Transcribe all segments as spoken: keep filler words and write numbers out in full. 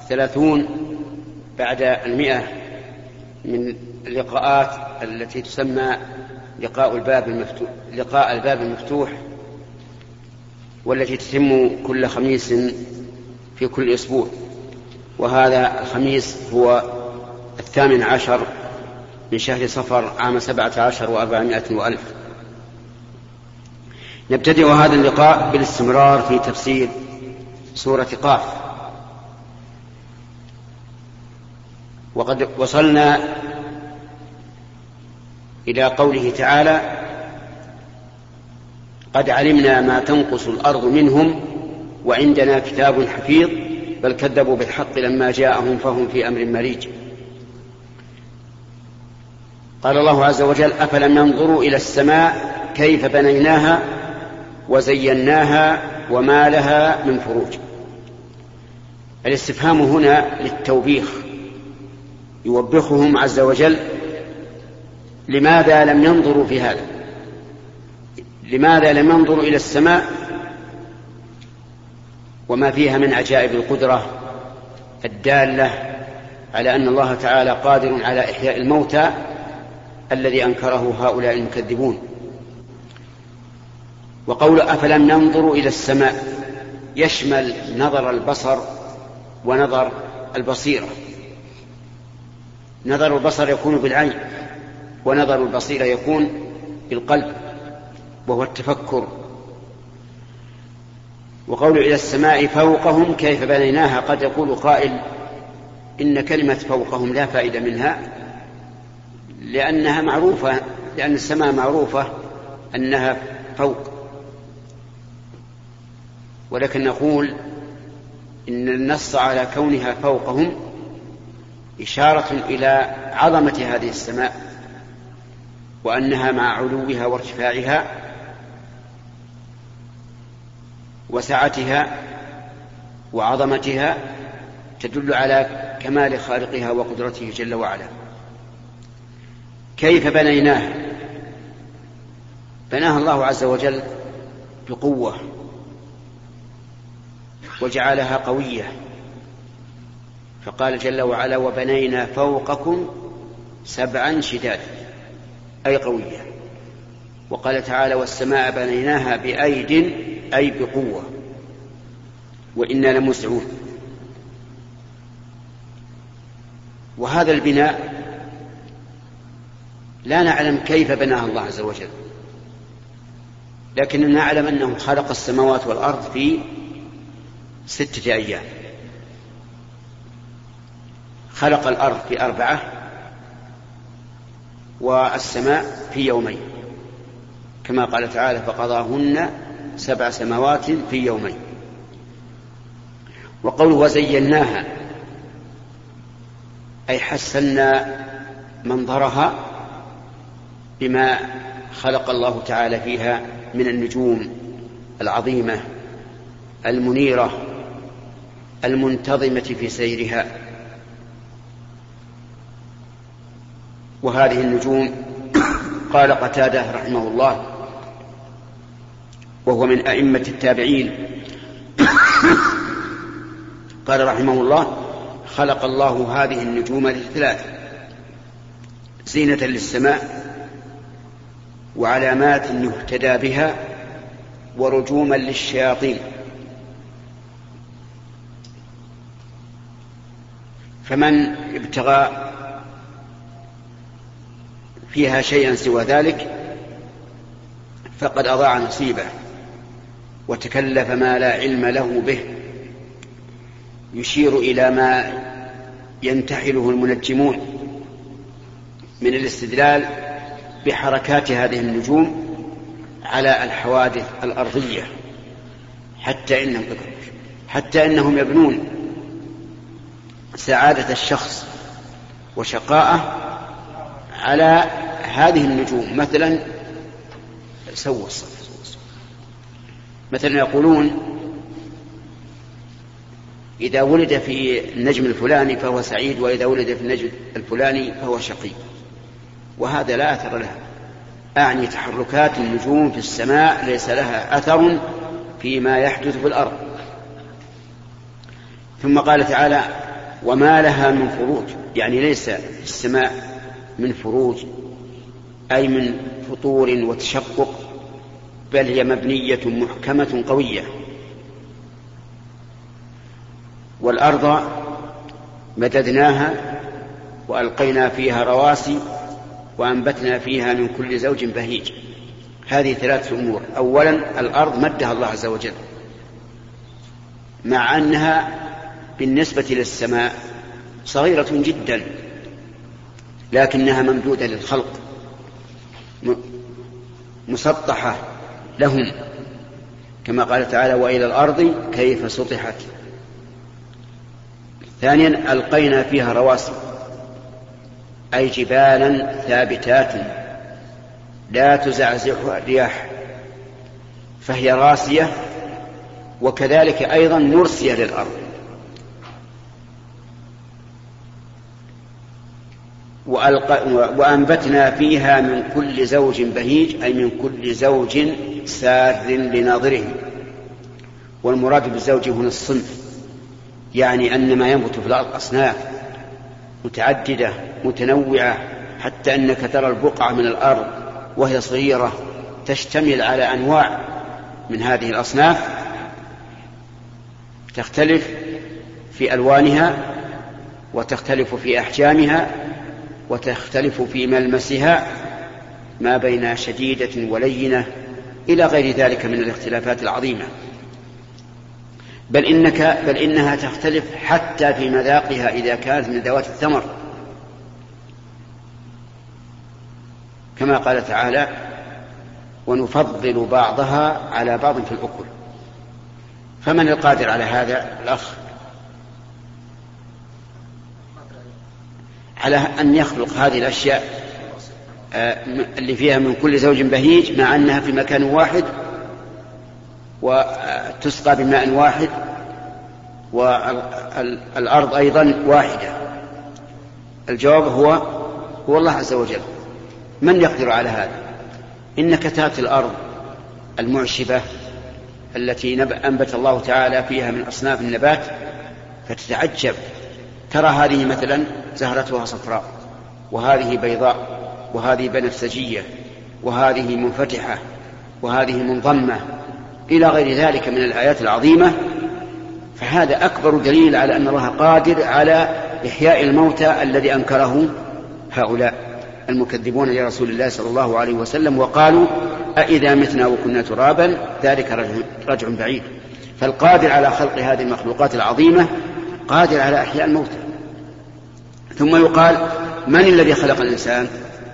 الثلاثون بعد المئة من اللقاءات التي تسمى لقاء الباب المفتوح لقاء الباب المفتوح، والتي تتم كل خميس في كل أسبوع، وهذا الخميس هو الثامن عشر من شهر صفر عام سبعة عشر وأربعمائة وألف. نبتدئ هذا اللقاء بالاستمرار في تفسير سورة قاف، وقد وصلنا إلى قوله تعالى: قد علمنا ما تنقص الأرض منهم وعندنا كتاب حفيظ بل كذبوا بالحق لما جاءهم فهم في أمر مريج. قال الله عز وجل: أفلم ينظروا إلى السماء كيف بنيناها وزيناها وما لها من فروج. الاستفهام هنا للتوبيخ، يوبخهم عز وجل لماذا لم ينظروا في هذا، لماذا لم ينظروا إلى السماء وما فيها من عجائب القدرة الدالة على أن الله تعالى قادر على إحياء الموتى الذي أنكره هؤلاء المكذبون. وقول أفلم ينظروا إلى السماء يشمل نظر البصر ونظر البصيرة. نظر البصر يكون بالعين، ونظر البصيرة يكون بالقلب، وهو التفكر. وقول إلى السماء فوقهم كيف بنيناها، قد يقول قائل إن كلمة فوقهم لا فائدة منها، لأنها معروفة، لأن السماء معروفة أنها فوق، ولكن نقول إن النص على كونها فوقهم إشارة إلى عظمة هذه السماء، وأنها مع علوها وارتفاعها وسعتها وعظمتها تدل على كمال خالقها وقدرته جل وعلا. كيف بنيناها؟ بناها الله عز وجل بقوة وجعلها قوية، فقال جل وعلا: وبنينا فوقكم سبعا شدادا، أي قوية. وقال تعالى: والسماء بنيناها بأيد، أي بقوة، وإنا لموسعون. وهذا البناء لا نعلم كيف بناها الله عز وجل، لكننا نعلم أنه خلق السماوات والأرض في ستة أيام. خلق الأرض في أربعة، والسماء في يومين، كما قال تعالى: فقضاهن سبع سماوات في يومين. وقوله وزيناها أي حسنا منظرها بما خلق الله تعالى فيها من النجوم العظيمة المنيرة المنتظمة في سيرها. وهذه النجوم قال قتادة رحمه الله وهو من أئمة التابعين قال رحمه الله: خلق الله هذه النجوم للثلاث: زينة للسماء، وعلامات يهتدى بها، ورجوما للشياطين. فمن ابتغى فيها شيئا سوى ذلك فقد أضاع نصيبه وتكلف ما لا علم له به. يشير إلى ما ينتحله المنجمون من الاستدلال بحركات هذه النجوم على الحوادث الأرضية، حتى إنهم, حتى إنهم يبنون سعادة الشخص وشقاءه على هذه النجوم. مثلا سوى الصف مثلا يقولون إذا ولد في النجم الفلاني فهو سعيد، وإذا ولد في النجم الفلاني فهو شقي، وهذا لا أثر لها. أعني تحركات النجوم في السماء ليس لها أثر فيما يحدث في الأرض. ثم قال تعالى: وما لها من فروج، يعني ليس في السماء من فروج أي من فطور وتشقق، بل هي مبنية محكمة قوية. والأرض مددناها وألقينا فيها رواسي وأنبتنا فيها من كل زوج بهيج. هذه ثلاثة أمور. أولا الأرض مدها الله عز وجل، مع أنها بالنسبة للسماء صغيرة جدا، لكنها ممدودة للخلق مسطحة لهم، كما قال تعالى وإلى الأرض كيف سطحت. ثانيا ألقينا فيها رواسي أي جبالا ثابتات لا تزعزعها الرياح، فهي راسية وكذلك أيضا مرسية للأرض. وأنبتنا فيها من كل زوج بهيج أي من كل زوج سار لناظره. والمراد بالزوج هنا الصنف، يعني أن ما ينبت في الأرض أصناف متعددة متنوعة، حتى أنك ترى البقعة من الأرض وهي صغيرة تشتمل على أنواع من هذه الأصناف تختلف في ألوانها وتختلف في أحجامها وتختلف في ملمسها، ما بين شديدة ولينة إلى غير ذلك من الاختلافات العظيمة. بل, إنك بل إنها تختلف حتى في مذاقها إذا كانت من ذوات الثمر، كما قال تعالى ونفضل بعضها على بعض في الأكل. فمن القادر على هذا؟ الأخ على أن يخلق هذه الأشياء اللي فيها من كل زوج بهيج مع أنها في مكان واحد وتسقى بماء واحد والأرض أيضا واحدة. الجواب هو هو الله عز وجل. من يقدر على هذا؟ إنك تأتي الأرض المعشبة التي أنبت الله تعالى فيها من أصناف النبات فتتعجب، ترى هذه مثلا زهرتها صفراء وهذه بيضاء وهذه بنفسجية وهذه منفتحة وهذه منضمة إلى غير ذلك من الآيات العظيمة. فهذا أكبر دليل على أن الله قادر على إحياء الموتى الذي أنكره هؤلاء المكذبون لرسول الله صلى الله عليه وسلم، وقالوا أإذا متنا وكنا ترابا ذلك رجع بعيد. فالقادر على خلق هذه المخلوقات العظيمة قادر على إحياء الموتى. ثم يقال من الذي خلق الإنسان؟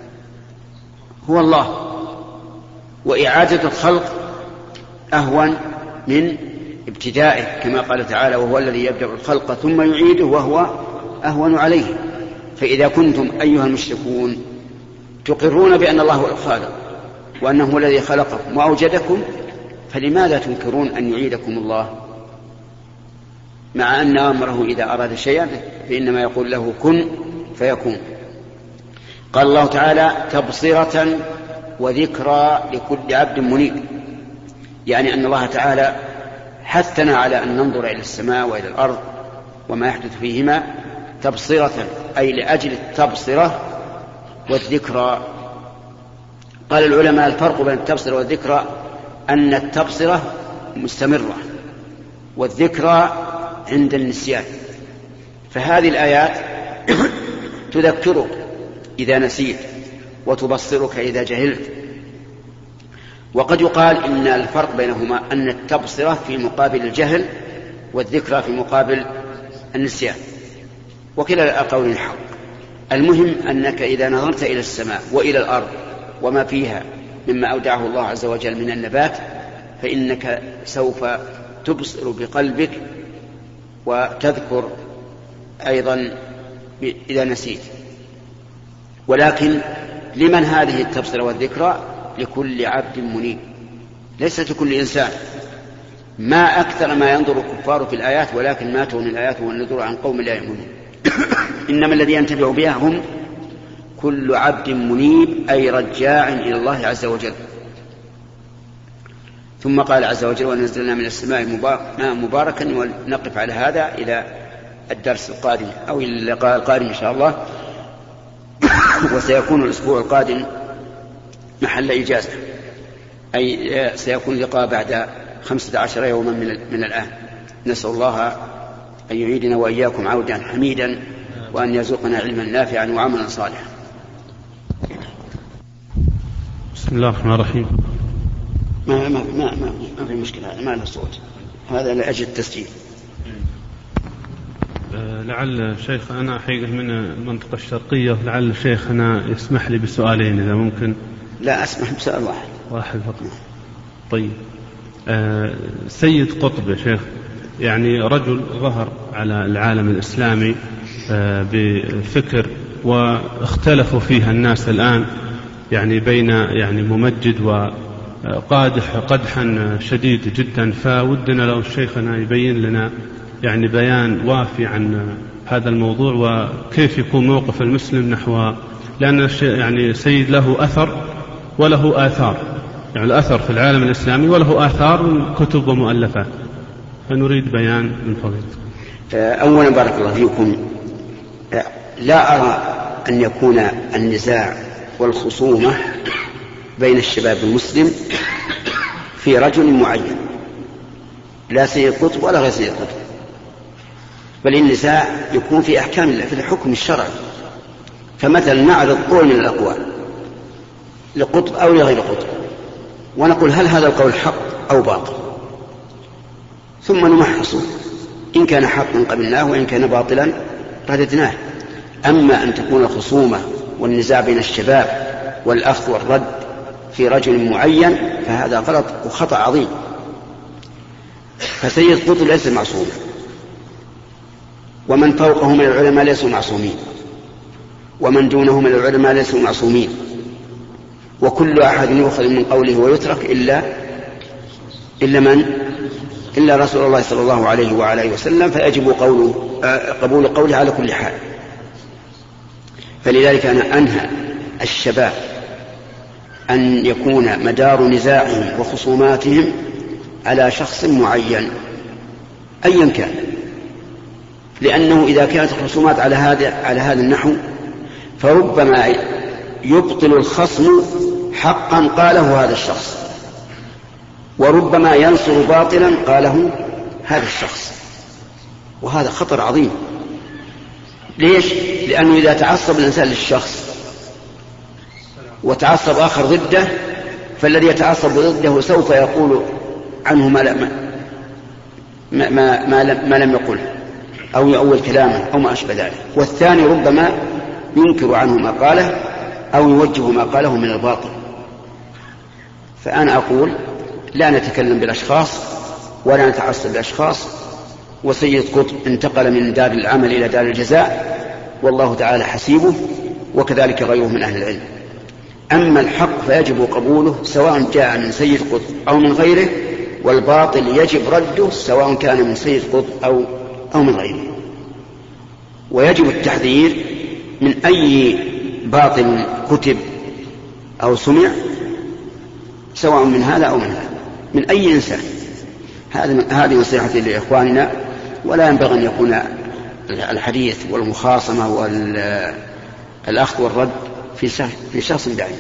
هو الله. وإعادة الخلق أهون من ابتدائه، كما قال تعالى وهو الذي يبدأ الخلق ثم يعيده وهو أهون عليه. فإذا كنتم أيها المشركون تقرون بأن الله هو الخالق وأنه هو الذي خلقكم وأوجدكم، فلماذا تنكرون أن يعيدكم الله، مع أن أمره إذا أراد شيئا فإنما يقول له كن فيكون. قال الله تعالى تبصرة وذكرى لكل عبد منيب، يعني أن الله تعالى حثنا على أن ننظر إلى السماء وإلى الأرض وما يحدث فيهما تبصرة أي لأجل التبصرة والذكرى. قال العلماء الفرق بين التبصرة والذكرى أن التبصرة مستمرة والذكرى عند النسيان. فهذه الآيات تذكرك إذا نسيت وتبصرك إذا جهلت. وقد يقال إن الفرق بينهما أن التبصرة في مقابل الجهل والذكرى في مقابل النسيان، وكلا القولين حق. المهم أنك إذا نظرت إلى السماء وإلى الأرض وما فيها مما أودعه الله عز وجل من النبات فإنك سوف تبصر بقلبك وتذكر أيضا إذا نسيت. ولكن لمن هذه التبصرة والذكرى؟ لكل عبد منيب، ليست لكل إنسان. ما أكثر ما ينظر الكفار في الآيات، ولكن ما تغني الآيات والنذور عن قوم لا يؤمنون. إنما الذي ينتفع بها هم كل عبد منيب أي رجاع إلى الله عز وجل. ثم قال عز وجل ونزلنا من السماء ماء مباركا، ونقف على هذا إلى الدرس القادم أو اللقاء القادم إن شاء الله. وسيكون الأسبوع القادم محل إجازة، أي سيكون لقاء بعد خمسة عشر يوما من الآن. نسأل الله أن يعيدنا وإياكم عودا حميدا، وأن يرزقنا علما نافعا وعملا صالحا. بسم الله الرحمن الرحيم. ما ما ما ما, ما في مشكلة، ما له صوت، هذا لأجل التسجيل. لعل شيخ أنا حقيقة من المنطقة الشرقية، لعل الشيخ أنا يسمح لي بسؤالين إذا ممكن. لا أسمح بسؤال واحد. واحد فقط. طيب. آه سيد قطب يا شيخ، يعني رجل ظهر على العالم الإسلامي آه بفكر واختلفوا فيها الناس الآن، يعني بين يعني ممجد وقادح قدحا شديد جدا. فودنا لو شيخنا يبين لنا يعني بيان وافي عن هذا الموضوع، وكيف يكون موقف المسلم نحو، لأن يعني سيد له أثر وله آثار، يعني الأثر في العالم الإسلامي وله آثار من كتب ومؤلفات، فنريد بيان من فضيلتكم. أولا بارك الله فيكم، لا أرى أن يكون النزاع والخصومة بين الشباب المسلم في رجل معين، لا سيد قطب ولا غير سيد قطب، بل النزاع يكون في أحكام الله، في الحكم الشرعي. فمثلا نعرض قول من الأقوال لقطب أو لغير قطب، ونقول هل هذا القول حق أو باطل، ثم نمحصه، إن كان حقا قبلناه وإن كان باطلا رددناه. أما أن تكون الخصومة والنزاع بين الشباب والأخذ والرد في رجل معين فهذا غلط وخطأ عظيم. فسيد قطب ليس معصوما، ومن فوقه من العلماء ليسوا معصومين، ومن دونه من العلماء ليسوا معصومين، وكل أحد يؤخذ من قوله ويترك إلا إلا من إلا رسول الله صلى الله عليه وعلى وسلم، فيجب قوله قبول قوله على كل حال. فلذلك أنا أنهى الشباب أن يكون مدار نزاعهم وخصوماتهم على شخص معين أيا كان، لأنه إذا كانت الخصومات على هذا على هذا النحو فربما يبطل الخصم حقا قاله هذا الشخص، وربما ينصر باطلا قاله هذا الشخص، وهذا خطر عظيم. ليش؟ لأنه إذا تعصب الإنسان للشخص وتعصب آخر ضده، فالذي يتعصب ضده سوف يقول عنه ما, ما, ما, ما, لم, ما لم يقله، أو يؤول كلامه أو ما أشبه ذلك، والثاني ربما ينكر عنه ما قاله أو يوجه ما قاله من الباطل. فأنا أقول لا نتكلم بالأشخاص ولا نتعصب بالأشخاص، وسيد قطب انتقل من دار العمل إلى دار الجزاء والله تعالى حسيبه، وكذلك غيره من أهل العلم. أما الحق فيجب قبوله سواء جاء من سيد قطب أو من غيره، والباطل يجب رده سواء كان من سيد قطب أو, أو من غيره. ويجب التحذير من أي باطل كتب أو سمع، سواء من هذا أو من هذا، من أي إنسان. هذه نصيحتي لإخواننا، ولا ينبغي أن يكون الحديث والمخاصمة والأخذ والرد في في شخص بعيد.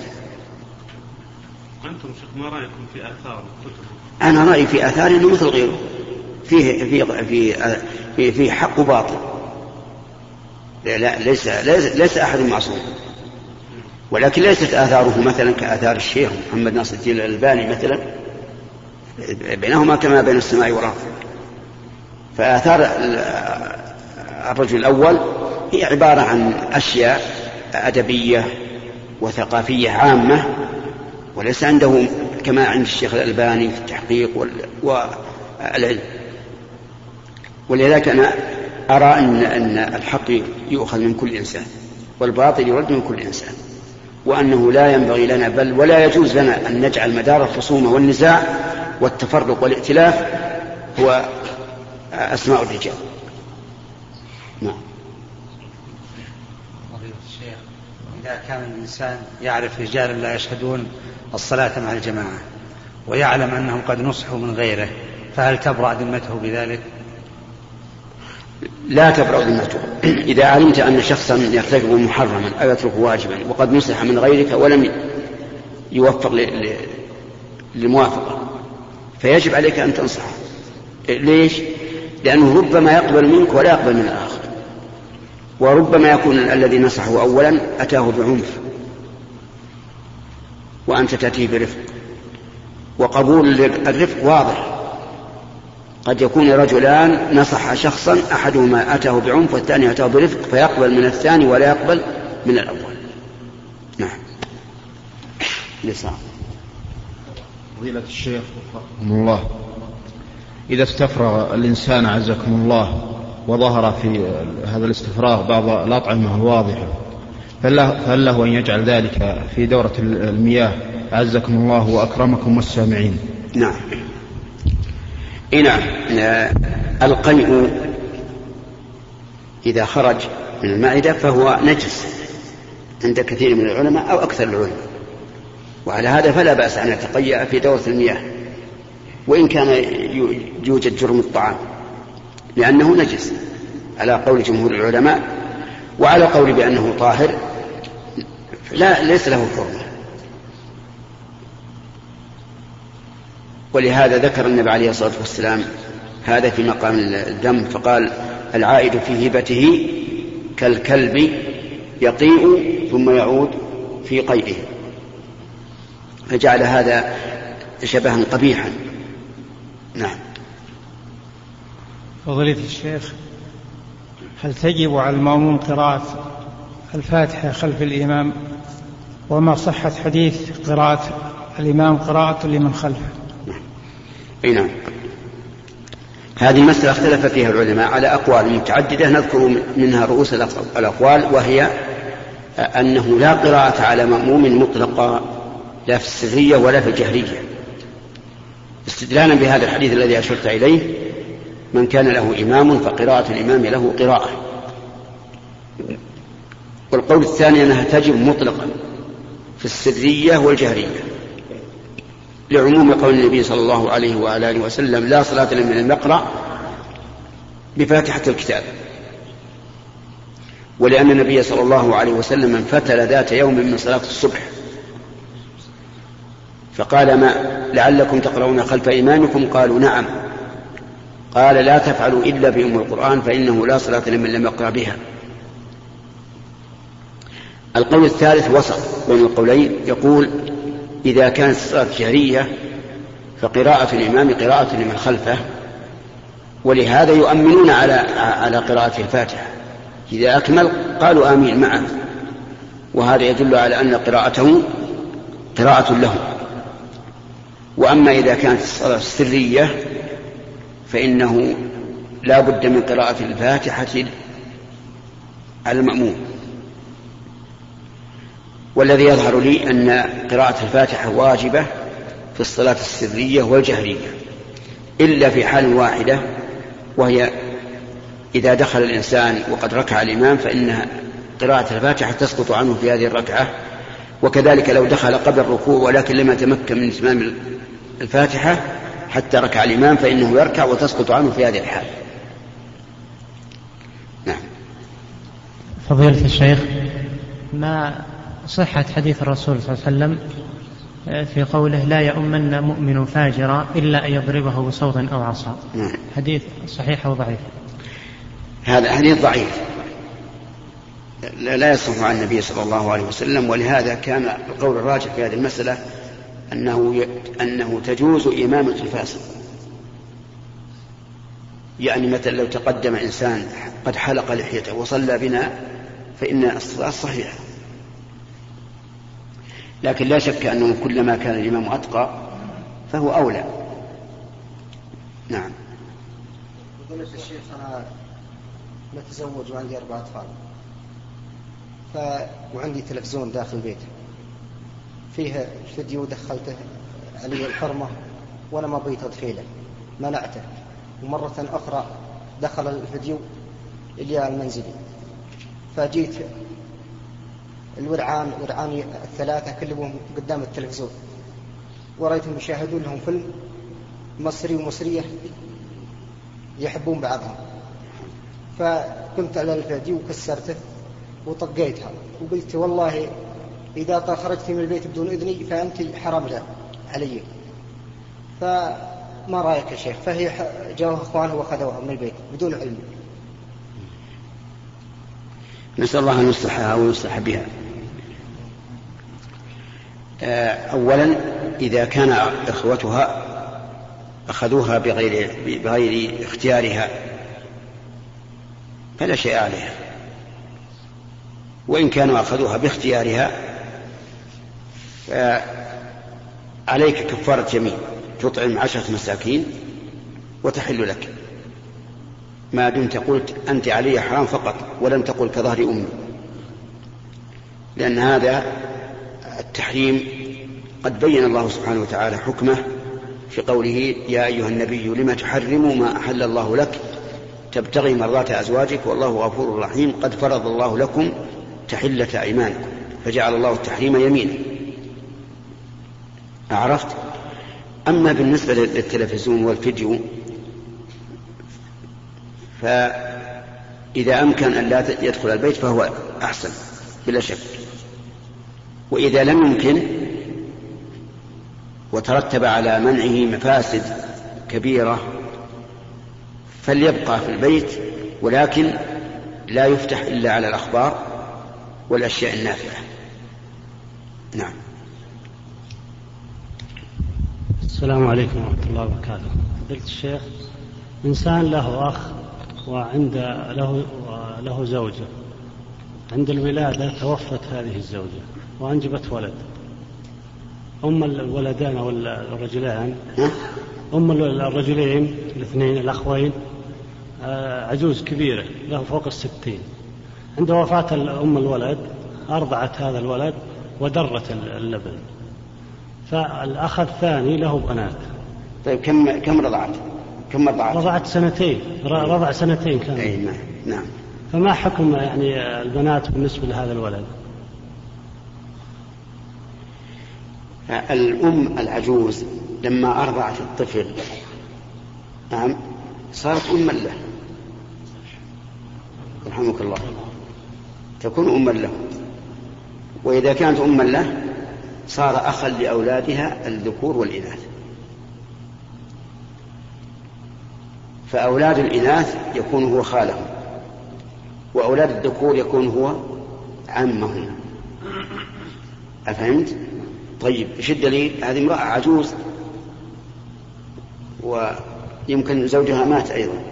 أنتم شيخ ما رأيكم في آثار الكتب؟ أنا رأيي في آثار إنه مثل غيره، فيه في في في, في حق وباطل. لا, لا ليس ليس ليس أحد معصوم، ولكن ليست آثاره مثلا كآثار الشيخ محمد ناصر الدين الألباني مثلا، بينهما كما بين السماء والأرض. فآثار الرجل الأول هي عبارة عن أشياء أدبية وثقافية عامة، وليس عنده كما عند الشيخ الألباني في التحقيق والعلم. ولذلك أنا أرى أن, أن الحق يؤخذ من كل إنسان والباطل يرد من كل إنسان، وأنه لا ينبغي لنا بل ولا يجوز لنا أن نجعل مدار الخصومة والنزاع والتفرق والائتلاف هو أسماء الرجال. نعم. الشيخ، إذا كان الإنسان يعرف رجالا لا يشهدون الصلاة مع الجماعة ويعلم أنهم قد نصحوا من غيره، فهل تبرأ ذمته بذلك؟ لا تبرأ ذمته. إذا علمت أن شخصا يرتكب محرما أو يترك واجبا وقد نصح من غيرك ولم يوفق للموافقة فيجب عليك أن تنصحه. ليش؟ لأنه ربما يقبل منك ولا يقبل من الآخر، وربما يكون الذي نصحه أولا أتاه بعنف وأنت تأتيه برفق، وقبول الرفق واضح. قد يكون رجلان نصح شخصا أحدهما أتاه بعنف والثاني أتاه برفق فيقبل من الثاني ولا يقبل من الأول. نعم. لصعب. فضيلة الشيخ وفقكم الله، إذا استفرغ الإنسان عزكم الله وظهر في هذا الاستفراغ بعض الأطعمة الواضحة فهل له أن يجعل ذلك في دورة المياه عزكم الله وأكرمكم والسامعين؟ نعم. إيه نعم. القيء إذا خرج من المعدة فهو نجس عند كثير من العلماء أو أكثر العلماء، وعلى هذا فلا بأس أن يتقيأ في دورة المياه وإن كان يوجد جرم الطعام، لأنه نجس على قول جمهور العلماء، وعلى قول بأنه طاهر لا ليس له حرمة. ولهذا ذكر النبي عليه الصلاة والسلام هذا في مقام الدم فقال: العائد في هبته كالكلب يقيء ثم يعود في قيئه، فجعل هذا شبها قبيحا. نعم. فضيلة الشيخ، هل تجب على المأموم قراءة الفاتحة خلف الإمام؟ وما صحة حديث قراءة الإمام قراءة لمن خلفه؟ أي نعم. هذه المسألة اختلف فيها العلماء على أقوال متعددة نذكر منها رؤوس الأقوال، وهي أنه لا قراءة على مأموم مطلقة لا في السرية ولا في الجهرية، استدلالا بهذا الحديث الذي أشرت إليه: من كان له إمام فقراءة الإمام له قراءة. والقول الثاني أنها تجب مطلقا في السرية والجهرية، لعموم قول النبي صلى الله عليه وعلى آله وسلم: لا صلاة لمن لم يقرأ بفاتحة الكتاب. ولأن النبي صلى الله عليه وسلم انفتل ذات يوم من صلاة الصبح فقال: ما لعلكم تقرؤون خلف إمامكم؟ قالوا: نعم. قال: لا تفعلوا إلا بأم القرآن فإنه لا صلاة لمن لم يقرأ بها. القول الثالث وسط بين القولين، يقول: إذا كانت الصلاة جهرية فقراءة الإمام قراءة لمن خلفه، ولهذا يؤمنون على على قراءة الفاتحة، إذا أكمل قالوا آمين معه، وهذا يدل على أن قراءته قراءة له. وأما إذا كانت الصلاة سرية فإنه لا بد من قراءة الفاتحة على المأموم. والذي يظهر لي أن قراءة الفاتحة واجبة في الصلاة السرية والجهرية، إلا في حال واحدة، وهي إذا دخل الإنسان وقد ركع الإمام فإن قراءة الفاتحة تسقط عنه في هذه الركعة، وكذلك لو دخل قبل الركوع ولكن لم يتمكن من إتمام الفاتحة حتى ركع الإمام فإنه يركع وتسقط عنه في هذه الحال. نعم. فضيلة الشيخ، ما صحة حديث الرسول صلى الله عليه وسلم في قوله: لا يؤمن مؤمن فاجرا إلا أن يضربه بصوت أو عصا؟ نعم. حديث صحيح أو ضعيف؟ هذا حديث ضعيف لا يصح عن النبي صلى الله عليه وسلم، ولهذا كان القول الراجح في هذه المسألة أنه أنه تجوز إمامة الفاسق. يعني مثلا لو تقدم إنسان قد حلق لحيته وصلى بنا فإن الصلاة صحيحة، لكن لا شك أنه كلما كان الإمام أتقى فهو أولى. نعم. فضيلة الشيخ، أنا متزوج وعندي أربعة أطفال، ف... وعندي تلفزيون داخل البيت فيه فيديو دخلته علي الحرمة وأنا ما بغيت أطفيله، منعته، ومرة أخرى دخل الفيديو إلي المنزلي، فجيت الورعان ورعاني الثلاثة كلهم قدام التلفزيون ورأيتهم يشاهدون لهم فيلم مصري ومصرية يحبون بعضهم، فكنت على الفادي وكسرته وطقيتها وقلت والله إذا خرجت من البيت بدون إذني فأنت حرام علي. فما رأيك يا شيخ؟ فهي جاءوا أخوانه وأخذوها من البيت بدون علم. نسأل الله أن يصلحها ويصلح بها. أولا إذا كان إخوتها أخذوها بغير, بغير اختيارها فلا شيء عليها، وإن كانوا أخذوها باختيارها فعليك كفارة يمين، تطعم عشرة مساكين وتحل لك، ما دمت قلت أنت علي حرام فقط ولم تقل كظهر أمي، لأن هذا التحريم قد بين الله سبحانه وتعالى حكمه في قوله يا أيها النبي لما تحرم ما أحل الله لك تبتغي مرضات أزواجك والله غفور رحيم قد فرض الله لكم تحلة أيمانكم، فجعل الله التحريم يمينا. عرفت؟ أما بالنسبة للتلفزيون والفيديو فإذا أمكن أن لا يدخل البيت فهو أحسن بلا شك، وإذا لم يمكن وترتب على منعه مفاسد كبيرة فليبقى في البيت، ولكن لا يفتح إلا على الأخبار والأشياء النافعة. نعم. السلام عليكم ورحمة الله وبركاته. قلت الشيخ إنسان له أخ وعند له, له زوجة، عند الولادة توفت هذه الزوجة وأنجبت ولد، أم الولدان أو الرجلان أم الرجلين الاثنين الأخوين عجوز كبيرة له فوق الستين، عند وفاة أم الولد أرضعت هذا الولد ودرت اللبن، فالأخ الثاني له بنات. طيب كم كم رضعت؟ كم رضعت؟ رضعت سنتين، رضع سنتين كان. أي نعم. نعم. فما حكم يعني البنات بالنسبة لهذا الولد؟ الأم العجوز لما أرضعت الطفل نعم صارت أما له، رحمك الله، تكون أما له، وإذا كانت أما له صار أخا لأولادها الذكور والإناث، فأولاد الإناث يكون هو خالهم، وأولاد الذكور يكون هو عمهم. أفهمت؟ طيب إيش الدليل؟ هذه امرأة عجوز ويمكن زوجها مات أيضا،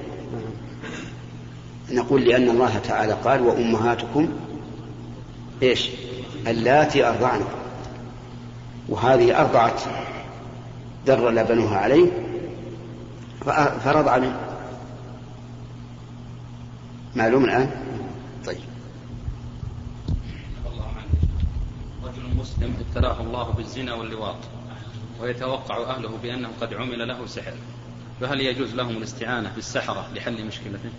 نقول لأن الله تعالى قال وأمهاتكم إيش؟ اللاتي أرضعنكم، وهذه أرضعت در لبنها عليه فرضع منه. معلوم الآن؟ طيب. رجل مسلم ابتلاه الله بالزنا واللواط ويتوقع أهله بأنه قد عمل له سحر، فهل يجوز لهم الاستعانة بالسحرة لحل مشكلته؟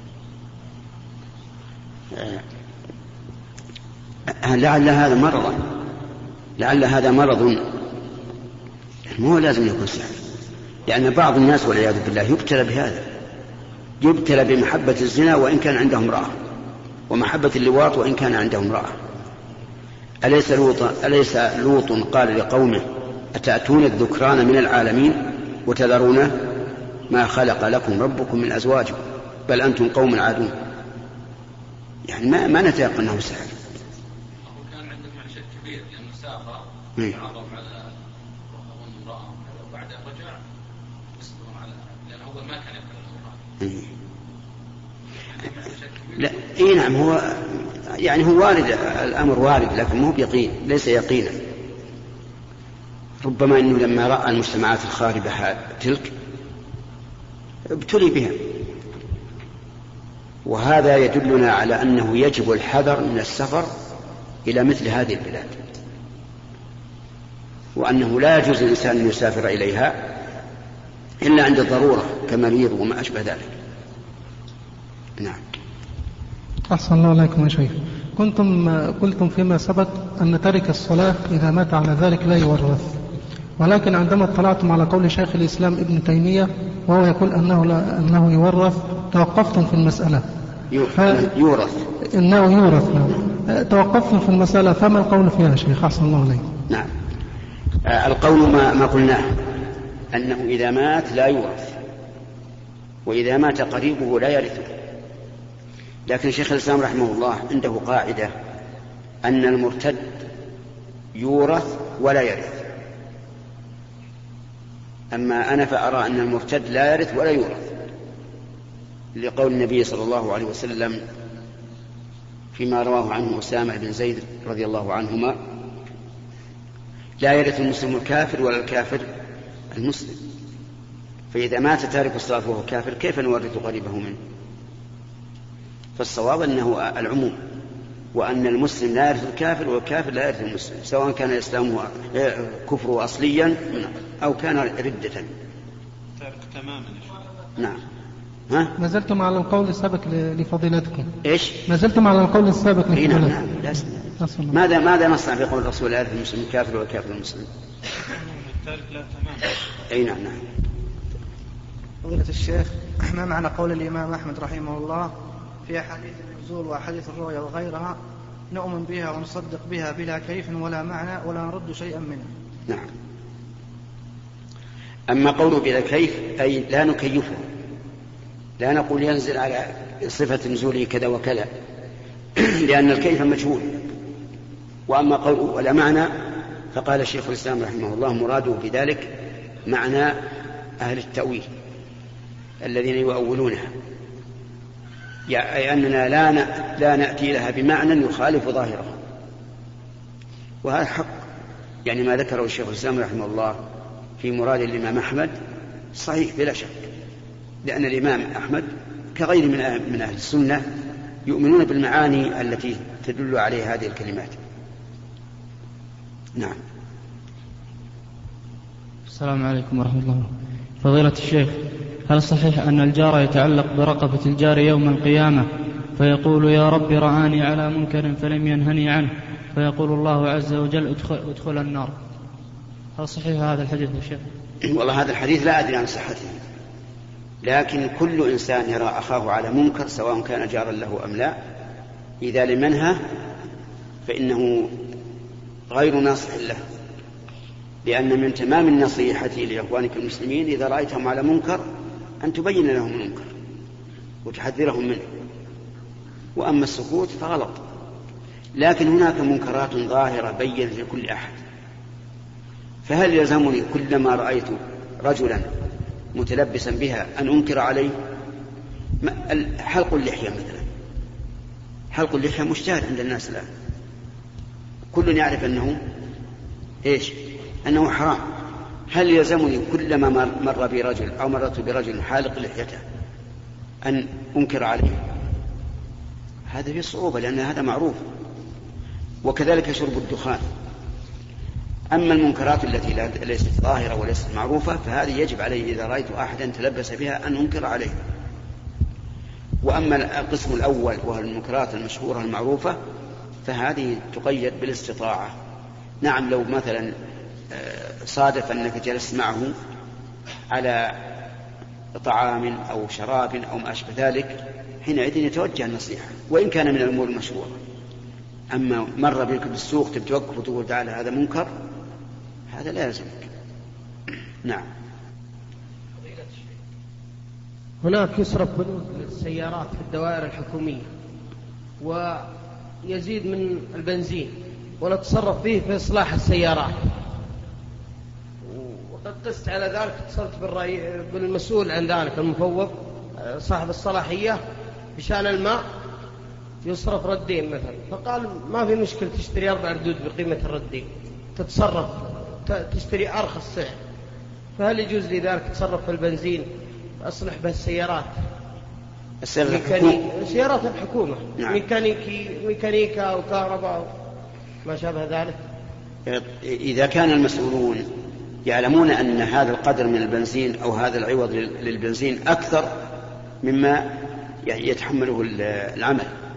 لعل هذا مرض، لعل هذا مرض مو لازم يكون سحر، لأن بعض الناس والعياذ بالله يبتلى بهذا، يبتلى بمحبة الزنا وإن كان عنده امرأة، ومحبة اللواط وإن كان عنده امرأة. أليس لوط, أليس لوط قال لقومه أتأتون الذكران من العالمين وتذرون ما خلق لكم ربكم من أزواجكم بل أنتم قوم عادون. يعني ما, ما نتيقن أنه سحر. كان عنده معشد كبير لأنه سافر وعرض على امرأة وبعد رجع استمر على لأنه أول ما كان يفعل الأمر. لا إيه نعم، هو يعني هو وارد، الأمر وارد لكن مو بيقين، ليس يقينا. ربما إنه لما رأى المجتمعات الخاربة تلك ابتلي بها، وهذا يدلنا على أنه يجب الحذر من السفر إلى مثل هذه البلاد، وأنه لا يجوز للإنسان أن يسافر إليها إلا عند الضرورة كمريض وما أشبه ذلك. نعم. أحسن الله عليكم يا شيخ. كنتم قلتم فيما سبق أن ترك الصلاة إذا مات على ذلك لا يورث، ولكن عندما اطلعتم على قول شيخ الإسلام ابن تيمية وهو يقول أنه, لا أنه يورث توقفتم في المسألة. يورث. إنه يورث. نعم. توقفنا في المسألة، فما القول فيها شيخ؟ أحسن الله عليك. نعم. آه القول ما, ما قلناه أنه إذا مات لا يورث، وإذا مات قريبه لا يرثه. لكن شيخ الإسلام رحمه الله عنده قاعدة أن المرتد يورث ولا يرث. أما أنا فأرى أن المرتد لا يرث ولا يورث، لقول النبي صلى الله عليه وسلم فيما رواه عنه أسامة بن زيد رضي الله عنهما: لا يرث المسلم الكافر ولا الكافر المسلم. فإذا مات تارك الصلاة وهو كافر كيف نورث قريبه منه؟ فالصواب أنه العموم، وأن المسلم لا يرث الكافر والكافر لا يرث المسلم، سواء كان إسلامه كفره أصليا أو كان ردة. تارك تماما. نعم. ها؟ ما زلتم على القول السابق لفضيلتكم. إيش؟ ما زلتم على القول السابق لفضيلتكم. نعم. نعم. ماذا ماذا نصنع في قول الرسول: لا يرث المسلم الكافر والكافر المسلم؟ التارك لا تماما. أي نعم. نعم. فضيلة الشيخ، ما معنى قول الإمام أحمد رحمه الله في أحاديث النزول وأحاديث الرؤيا وغيرها: نؤمن بها ونصدق بها بلا كيف ولا معنى ولا نرد شيئا منها؟ نعم. أما قوله بلا كيف أي لا نكيفه، لا نقول ينزل على صفة نزوله كذا وكذا، لأن الكيف مجهول. وأما قوله ولا معنى فقال الشيخ الإسلام رحمه الله: مراده بذلك معنى أهل التأويل الذين يؤولونها، يعني أننا لا لا نأتي لها بمعنى يخالف ظاهره. وهذا حق، يعني ما ذكره الشيخ الإسلام رحمه الله في مراد الإمام أحمد صحيح بلا شك، لأن الإمام أحمد كغير من أهل السنة يؤمنون بالمعاني التي تدل عليها هذه الكلمات. نعم. السلام عليكم ورحمة الله. فضيلة الشيخ، هل صحيح أن الجار يتعلق برقبة الجار يوم القيامة فيقول: يا رب رآني على منكر فلم ينهني عنه، فيقول الله عز وجل: ادخل, ادخل النار؟ هل صحيح هذا الحديث يا شيخ؟ والله هذا الحديث لا أدري عن صحته، لكن كل إنسان يرى أخاه على منكر سواء كان جارا له أم لا، إذا لم ينهى فإنه غير ناصح له، لأن من تمام النصيحة لإخوانك المسلمين إذا رأيتهم على منكر أن تبين لهم المنكر وتحذرهم منه. وأما السكوت فغلط. لكن هناك منكرات ظاهرة بين لكل أحد، فهل يلزمني كلما رأيت رجلا متلبسا بها أن أنكر عليه؟ حلق اللحية مثلا، حلق اللحية مشتهر عند الناس الآن، كل يعرف أنه إيش؟ أنه حرام. هل يلزمني كلما مر بي رجل أو مررت برجل حالق لحيته أن أنكر عليه؟ هذا فيه صعوبة، لأن هذا معروف. وكذلك شرب الدخان. أما المنكرات التي ليست ظاهرة وليست معروفة فهذه يجب علي إذا رأيت أحدا تلبس بها أن أنكر عليه. وأما القسم الأول وهو المنكرات المشهورة المعروفة فهذه تقيد بالاستطاعة. نعم، لو مثلا صادف أنك جلست معه على طعام أو شراب أو ما أشبه ذلك حينئذ يتوجه النصيحة وإن كان من الأمور المشهورة. أما مر بك بالسوق تتوقف وتقول تعالى هذا منكر، هذا لا يلزمك. نعم. هناك يصرف بنود للسيارات في الدوائر الحكومية ويزيد من البنزين ونتصرف فيه في إصلاح السيارات، وقد قست على ذلك، اتصلت بالرأي بالمسؤول عن ذلك المفوض صاحب الصلاحية بشأن الماء يصرف ردين مثلا، فقال ما في مشكلة تشتري أربع ردود بقيمة الردين، تتصرف تشتري أرخص سعر. فهل يجوز لي ذلك تصرف في البنزين أصلح به السيارات؟ السيارات سيارات الحكومة. نعم. ميكانيكي ميكانيكا أو كهرباء ما شابه ذلك. إذا كان المسؤولون يعلمون أن هذا القدر من البنزين أو هذا العوض للبنزين أكثر مما يتحمله العمل